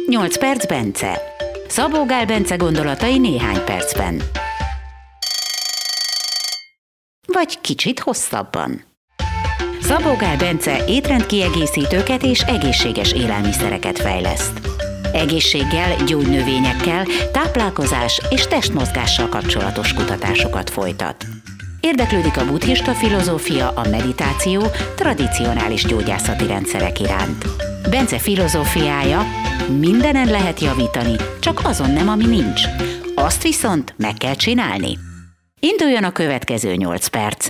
8 perc Bence. Szabó Gál Bence gondolatai néhány percben. Vagy kicsit hosszabban. Szabó Gál Bence étrendkiegészítőket és egészséges élelmiszereket fejleszt. Egészséggel, gyógynövényekkel, táplálkozás és testmozgással kapcsolatos kutatásokat folytat. Érdeklődik a buddhista filozófia, a meditáció, tradicionális gyógyászati rendszerek iránt. Bence filozófiája: mindenen lehet javítani, csak azon nem, ami nincs. Azt viszont meg kell csinálni. Induljon a következő 8 perc.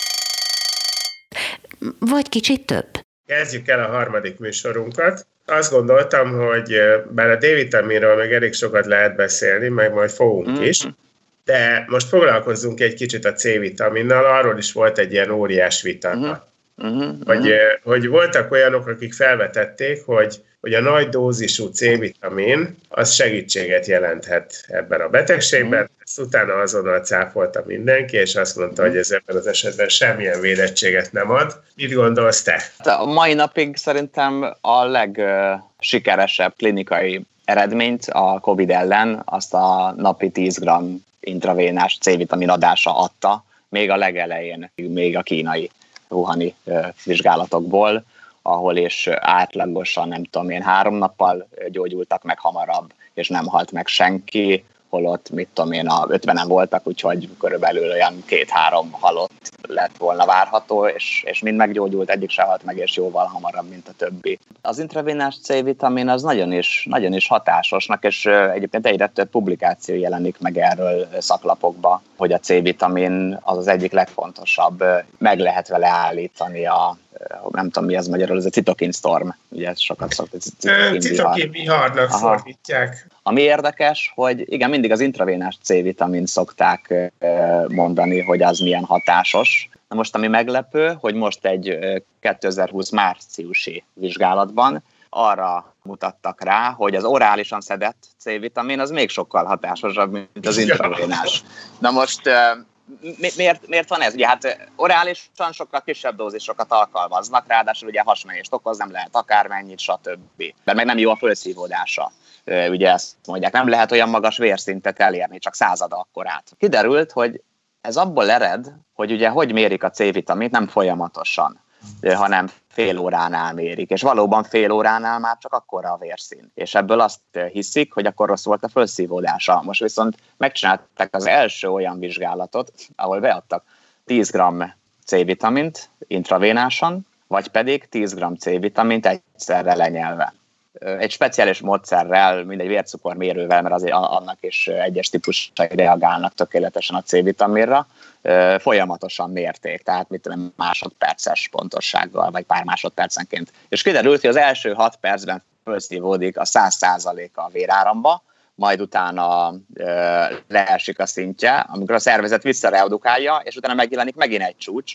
Vagy kicsit több. Kezdjük el a harmadik műsorunkat. Azt gondoltam, hogy bár a D-vitaminról még elég sokat lehet beszélni, meg majd fogunk is, de most foglalkozzunk egy kicsit a C-vitaminnal, arról is volt egy ilyen óriás vita. Hogy voltak olyanok, akik felvetették, hogy a nagy dózisú C-vitamin az segítséget jelenthet ebben a betegségben. Ezt utána azonnal cáfolta mindenki, és azt mondta, hogy ez ebben az esetben semmilyen védettséget nem ad. Mit gondolsz te? A mai napig szerintem a legsikeresebb klinikai eredményt a COVID ellen azt a napi 10 g intravénás C-vitamin adása adta, még a legelején, még a kínai Wuhani vizsgálatokból, ahol is átlagosan, nem tudom én, 3 nappal gyógyultak meg hamarabb, és nem halt meg senki, holott, mit tudom én, a 50-en voltak, úgyhogy körülbelül olyan 2-3 halott lett volna várható, és mind meggyógyult, egyik se halt meg, és jóval hamarabb, mint a többi. Az intravénás C-vitamin az nagyon is hatásosnak, és egyébként egyre több publikáció jelenik meg erről szaklapokba, hogy a C-vitamin az egyik legfontosabb. Meg lehet vele állítani nem tudom mi az magyarul, ez a citokin storm, ugye ez sokat szokott. Citokin viharnak fordítják. Ami érdekes, hogy igen, mindig az intravénás C-vitamin szokták mondani, hogy az milyen hatásos. Na most ami meglepő, hogy most egy 2020 márciusi vizsgálatban arra mutattak rá, hogy az orálisan szedett C-vitamin az még sokkal hatásosabb, mint az intravénás. Na most miért van ez? Ugye hát orálisan sokkal kisebb dózisokat alkalmaznak, ráadásul ugye hasmenést okoz, nem lehet akármennyit, stb. Mert meg nem jó a fölszívódása. Ugye ezt mondják, nem lehet olyan magas vérszintet elérni, csak 100 akkorát. Kiderült, hogy ez abból ered, hogy ugye hogy mérik a C-vitamint, nem folyamatosan, hanem fél óránál mérik, és valóban fél óránál már csak akkora a vérszint. És ebből azt hiszik, hogy akkor rossz volt a fölszívódása. Most viszont megcsinálták az első olyan vizsgálatot, ahol beadtak 10 g C-vitamint intravénásan, vagy pedig 10 g C-vitamint egyszerre lenyelve. Egy speciális módszerrel, mindegy vércukormérővel, mert azért annak is egyes típusai reagálnak tökéletesen a C-vitaminra, folyamatotosan mérték, tehát mit tudom, másodperces pontossággal, vagy pár másodpercenként. És kiderült, hogy az első 6 percben felszívódik a 100%-a a véráramba, majd utána leesik a szintje, amikor a szervezet visszareedukálja, és utána megjelenik megint egy csúcs,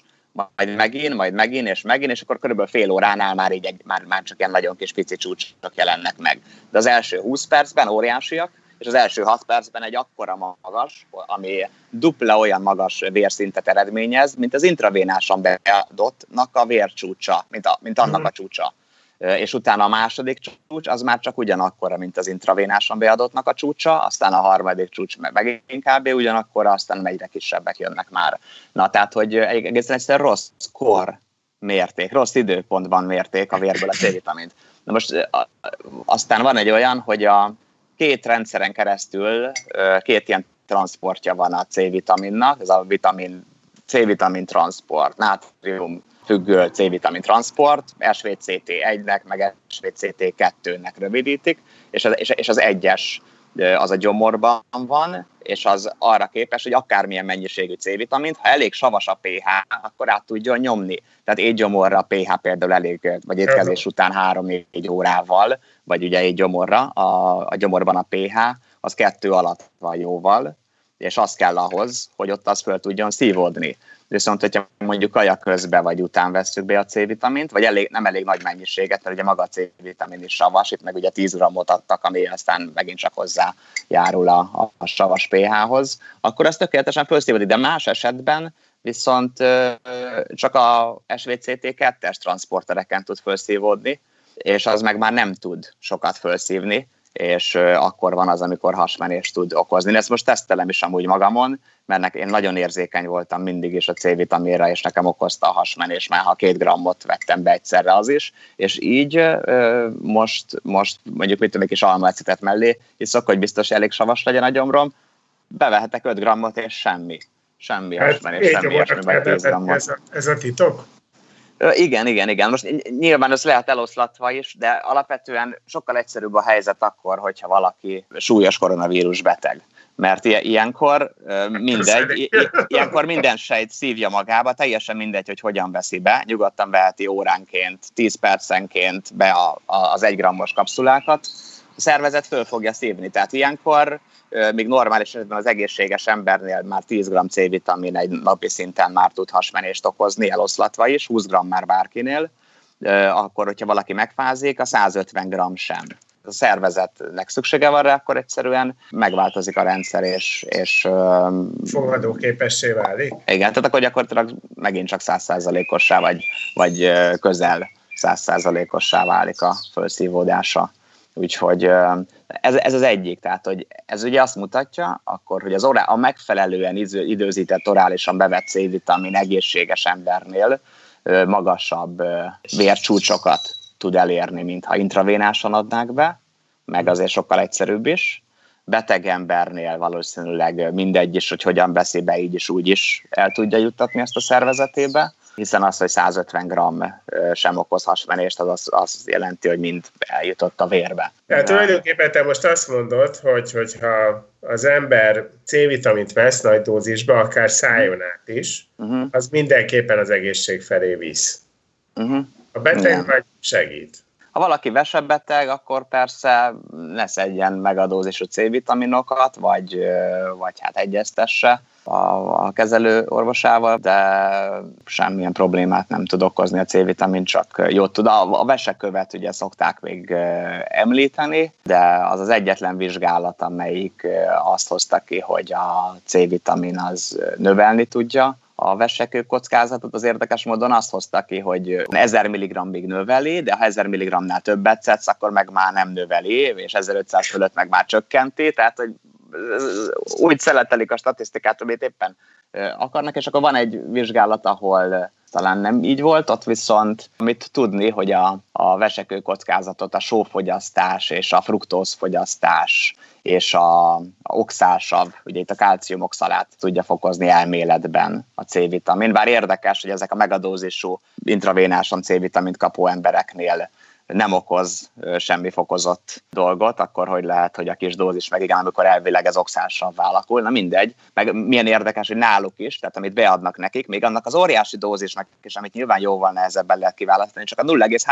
majd megint, és akkor körülbelül fél óránál már csak ilyen nagyon kis pici csúcsok jelennek meg. De az első 20 percben óriásiak, és az első 6 percben egy akkora magas, ami dupla olyan magas vérszintet eredményez, mint az intravénásan beadottnak a vércsúcsa, mint annak a csúcsa. És utána a második csúcs az már csak ugyanakkora, mint az intravénásan beadottnak a csúcsa, aztán a harmadik csúcs meg inkább ugyanakkora, aztán egyre kisebbek jönnek már. Na, tehát, hogy egészen egyszerűen rossz kor mérték, rossz időpontban mérték a vérből a C-vitamint. Na most aztán van egy olyan, hogy a 2 rendszeren keresztül 2 ilyen transportja van a C-vitaminnak, ez a C-vitamin transport, nátrium függő C-vitamin transport, SVCT1-nek, meg SVCT2-nek rövidítik, és az egyes az a gyomorban van, és az arra képes, hogy akármilyen mennyiségű C-vitamint, ha elég savas a pH, akkor át tudjon nyomni. Tehát étgyomorra a pH például elég, vagy étkezés után 3-4 órával, vagy ugye étgyomorra, a gyomorban a pH az 2 alatt van jóval, és az kell ahhoz, hogy ott az föl tudjon szívódni. Viszont, hogyha mondjuk kaja közben vagy után vesszük be a C-vitamint, vagy nem elég nagy mennyiséget, mert ugye maga a C-vitamin is savas, itt meg ugye 10 g-ot adtak, ami aztán megint csak hozzájárul a savas pH-hoz, akkor az tökéletesen fölszívódik, de más esetben viszont csak a SVCT2-es transzportereken tud fölszívódni, és az meg már nem tud sokat fölszívni, és akkor van az, amikor hasmenést tud okozni. Ezt most tesztelem is amúgy magamon, mert én nagyon érzékeny voltam mindig is a C-vitaminra, és nekem okozta a hasmenés, már ha 2 grammot vettem be egyszerre az is, és így most mondjuk mit tudom, egy kis almaecetet mellé iszok, hogy biztos elég savas legyen a gyomrom, bevehetek 5 grammot, és semmi hasmenés, semmi ilyesmi, vagy 10 grammot. Ez a titok? Igen. Most nyilván ez lehet eloszlatva is, de alapvetően sokkal egyszerűbb a helyzet akkor, hogyha valaki súlyos koronavírus beteg. Mert ilyenkor minden sejt szívja magába, teljesen mindegy, hogy hogyan veszi be, nyugodtan veheti óránként, 10 percenként be az 1 grammos kapszulákat, a szervezet föl fogja szívni. Tehát ilyenkor, míg normális esetben az egészséges embernél már 10 g C-vitamin egy napi szinten már tud hasmenést okozni, eloszlatva is, 20 g már bárkinél, akkor, hogyha valaki megfázik, a 150 g sem. A szervezetnek szüksége van rá, akkor egyszerűen megváltozik a rendszer, és fogadóképessé válik. Igen, tehát akkor gyakorlatilag megint csak 100%-ossá, vagy közel 100%-ossá válik a felszívódása. Úgyhogy ez az egyik, tehát hogy ez ugye azt mutatja, akkor, hogy a megfelelően időzített orálisan bevett C-vitamin egészséges embernél magasabb vércsúcsokat tud elérni, mint ha intravénásan adnák be, meg azért sokkal egyszerűbb is. Beteg embernél valószínűleg mindegy is, hogy hogyan veszi be, így is úgy is el tudja juttatni ezt a szervezetébe, hiszen az, hogy 150 g sem okoz hasmenést, az azt jelenti, hogy mind eljutott a vérbe. Tehát tulajdonképpen te most azt mondod, hogyha az ember C-vitamint vesz nagy dózisba, akár szájon át is, az mindenképpen az egészség felé visz. A beteg vagy segít. Ha valaki vesebbeteg, akkor persze ne szedjen megadózisú C-vitaminokat, vagy hát egyeztesse a kezelő orvosával, de semmilyen problémát nem tud okozni a C-vitamin, csak jót tud. A vesekövet ugye szokták még említeni, de az az egyetlen vizsgálat, amelyik azt hozta ki, hogy a C-vitamin az növelni tudja a vesekő kockázatot. Az érdekes módon azt hozta ki, hogy 1000 mg-ig növeli, de ha 1000 mg-nál többet szedsz, akkor meg már nem növeli, és 1500 fölött meg már csökkenti, tehát hogy úgy szeletelik a statisztikát, amit éppen akarnak, és akkor van egy vizsgálat, ahol talán nem így volt, ott viszont mit tudni, hogy a vesekő kockázatot a sófogyasztás és a fruktózfogyasztás és a oxálsav, ugye itt a kálciumoxalát tudja fokozni elméletben a C-vitamin. Bár érdekes, hogy ezek a megadózisú intravénásan C-vitamint kapó embereknél nem okoz semmi fokozott dolgot, akkor hogy lehet, hogy a kis dózis meg igen, amikor elvileg ez oxálsavvá alakul, na mindegy. Meg milyen érdekes, hogy náluk is, tehát amit beadnak nekik, még annak az óriási dózisnak is, amit nyilván jóval nehezebben lehet kiválasztani, csak a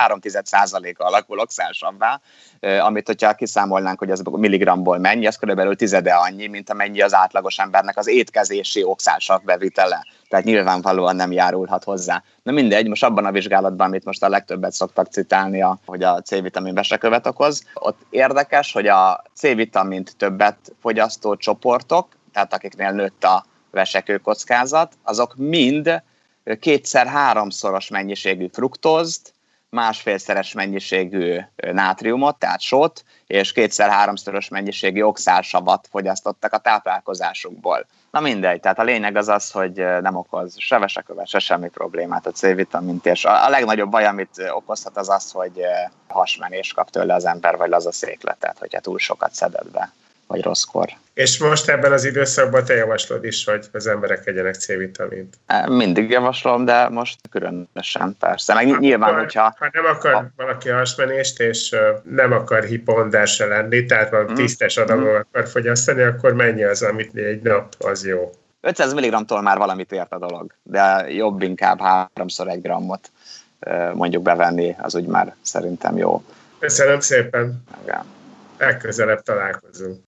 0,3%-a alakul oxálsavvá, amit hogyha kiszámolnánk, hogy ez milligramból mennyi, az körülbelül tizede annyi, mint amennyi az átlagos embernek az étkezési oxálsav bevitele. Tehát nyilvánvalóan nem járulhat hozzá. Na mindegy, most abban a vizsgálatban, amit most a legtöbbet szoktak citálni, hogy a C-vitamin vesekövet okoz, ott érdekes, hogy a C-vitamint többet fogyasztó csoportok, tehát akiknél nőtt a vesekő kockázat, azok mind 2-3-szoros mennyiségű fruktózt, 1,5-szeres mennyiségű nátriumot, tehát sót, és 2-3-szoros mennyiségű oxálsavat fogyasztottak a táplálkozásukból. Na mindegy, tehát a lényeg az, hogy nem okoz se vesekövet, se semmi problémát a C-vitamint, és a legnagyobb baj, amit okozhat az, hogy hasmenés kap tőle az ember, vagy az a székletet, hogyha túl sokat szedett be, vagy rosszkor. És most ebben az időszakban te javaslod is, hogy az emberek egyenek C-vitamint? Mindig javaslom, de most különösen persze. Meg nyilván, hogyha... Ha nem akar valaki hasmenést, és nem akar hipohondrásra lenni, tehát valami tisztes adagot akar fogyasztani, akkor mennyi az, amit egy nap, az jó? 500 mg-tól már valamit ért a dolog, de jobb inkább 3x1 grammot mondjuk bevenni, az úgy már szerintem jó. Köszönöm szépen! Igen. Legközelebb találkozunk.